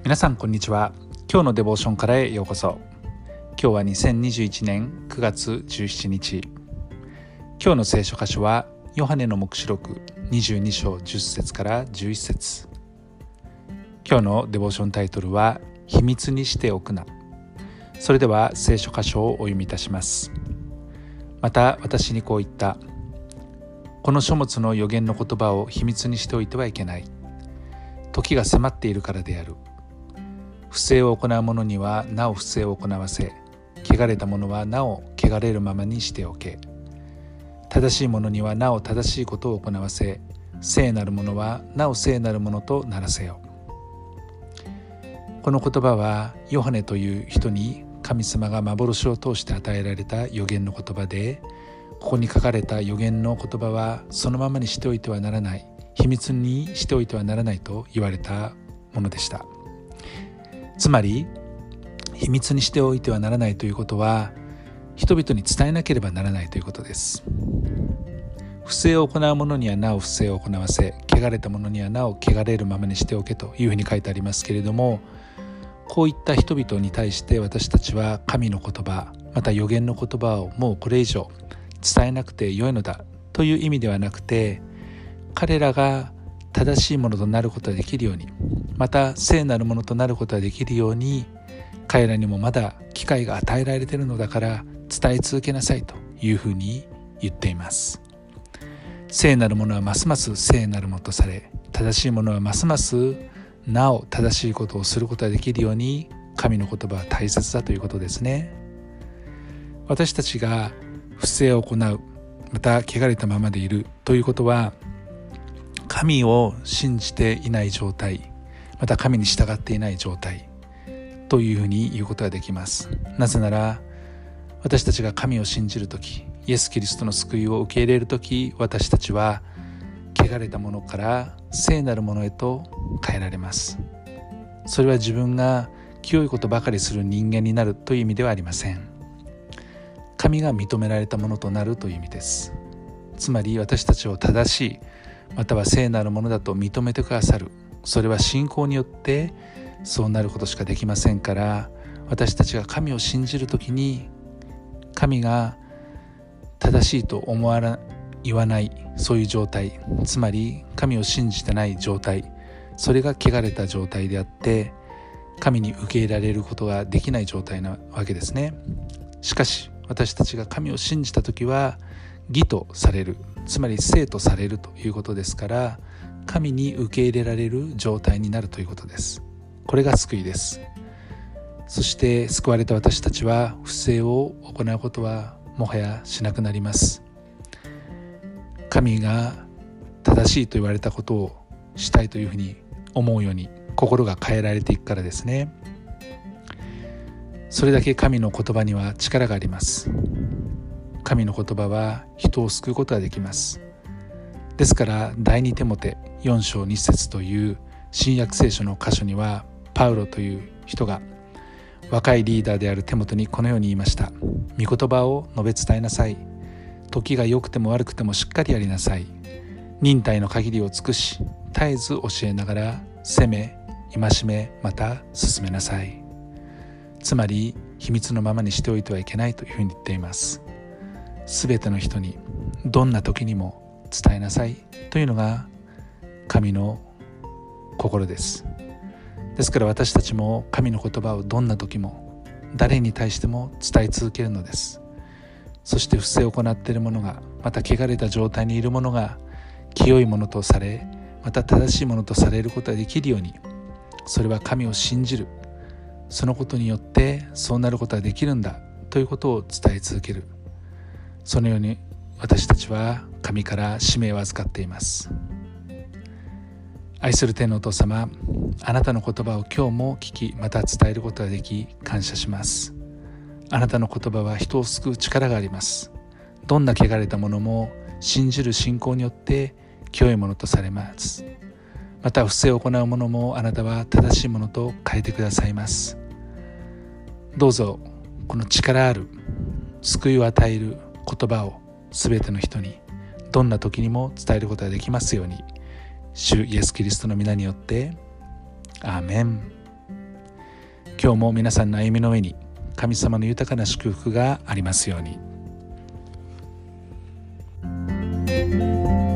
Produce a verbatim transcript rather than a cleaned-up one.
皆さんこんにちは。今日のデボーションからへようこそ。今日はにせんにじゅういちねんくがつじゅうしちにち。今日の聖書箇所はヨハネの黙示録にじゅうにしょうじゅっせつからじゅういっせつ。今日のデボーションタイトルは秘密にしておくな。それでは聖書箇所をお読みいたします。また私にこう言った。この書物の預言の言葉を秘密にしておいてはいけない。時が迫っているからである。不正を行う者にはなお不正を行わせ、汚れた者はなお汚れるままにしておけ。正しい者にはなお正しいことを行わせ、聖なる者はなお聖なる者とならせよ。この言葉はヨハネという人に神様が幻を通して与えられた預言の言葉で、ここに書かれた預言の言葉はそのままにしておいてはならない、秘密にしておいてはならないと言われたものでした。つまり秘密にしておいてはならないということは、人々に伝えなければならないということです。不正を行う者にはなお不正を行わせ、汚れた者にはなお汚れるままにしておけというふうに書いてありますけれども、こういった人々に対して私たちは神の言葉、また預言の言葉をもうこれ以上伝えなくてよいのだという意味ではなくて、彼らが正しいものとなることができるように、また聖なるものとなることができるように、彼らにもまだ機会が与えられているのだから伝え続けなさいというふうに言っています。聖なるものはますます聖なるものとされ、正しいものはますますなお正しいことをすることができるように、神の言葉は大切だということですね。私たちが不正を行う、また汚れたままでいるということは、神を信じていない状態、また神に従っていない状態というふうに言うことができます。なぜなら、私たちが神を信じるとき、イエス・キリストの救いを受け入れるとき、私たちは汚れたものから聖なるものへと変えられます。それは自分が清いことばかりする人間になるという意味ではありません。神が認められたものとなるという意味です。つまり私たちを正しい、または聖なるものだと認めてくださる。それは信仰によってそうなることしかできませんから、私たちが神を信じるときに、神が正しいと思わな言わない、そういう状態、つまり神を信じてない状態、それが汚れた状態であって、神に受け入れられることができない状態なわけですね。しかし私たちが神を信じたときは義とされる、つまり聖とされるということですから、神に受け入れられる状態になるということです。これが救いです。そして救われた私たちは不正を行うことはもはやしなくなります。神が正しいと言われたことをしたいというふうに思うように心が変えられていくからですね。それだけ神の言葉には力があります。神の言葉は人を救うことができます。ですから第二テモテよんしょうにせつという新約聖書の箇所には、パウロという人が若いリーダーであるテモテにこのように言いました。御言葉を述べ伝えなさい。時が良くても悪くてもしっかりやりなさい。忍耐の限りを尽くし、絶えず教えながら責め、戒め、また進めなさい。つまり秘密のままにしておいてはいけないというふうに言っています。すべての人にどんな時にも伝えなさいというのが神の心です。ですから私たちも神の言葉をどんな時も誰に対しても伝え続けるのです。そして不正を行っている者が、また汚れた状態にいる者が清いものとされ、また正しいものとされることができるように、それは神を信じる、そのことによってそうなることができるんだということを伝え続ける。そのように私たちは神から使命を預かっています。愛する天のお父様、あなたの言葉を今日も聞き、また伝えることができ感謝します。あなたの言葉は人を救う力があります。どんな汚れたものも信じる信仰によって清いものとされます。また不正を行うものもあなたは正しいものと変えてくださいます。どうぞこの力ある救いを与える言葉をすべての人にどんな時にも伝えることができますように、主イエスキリストの皆によってアーメン。 今日も皆さんの歩みの上に神様の豊かな祝福がありますように。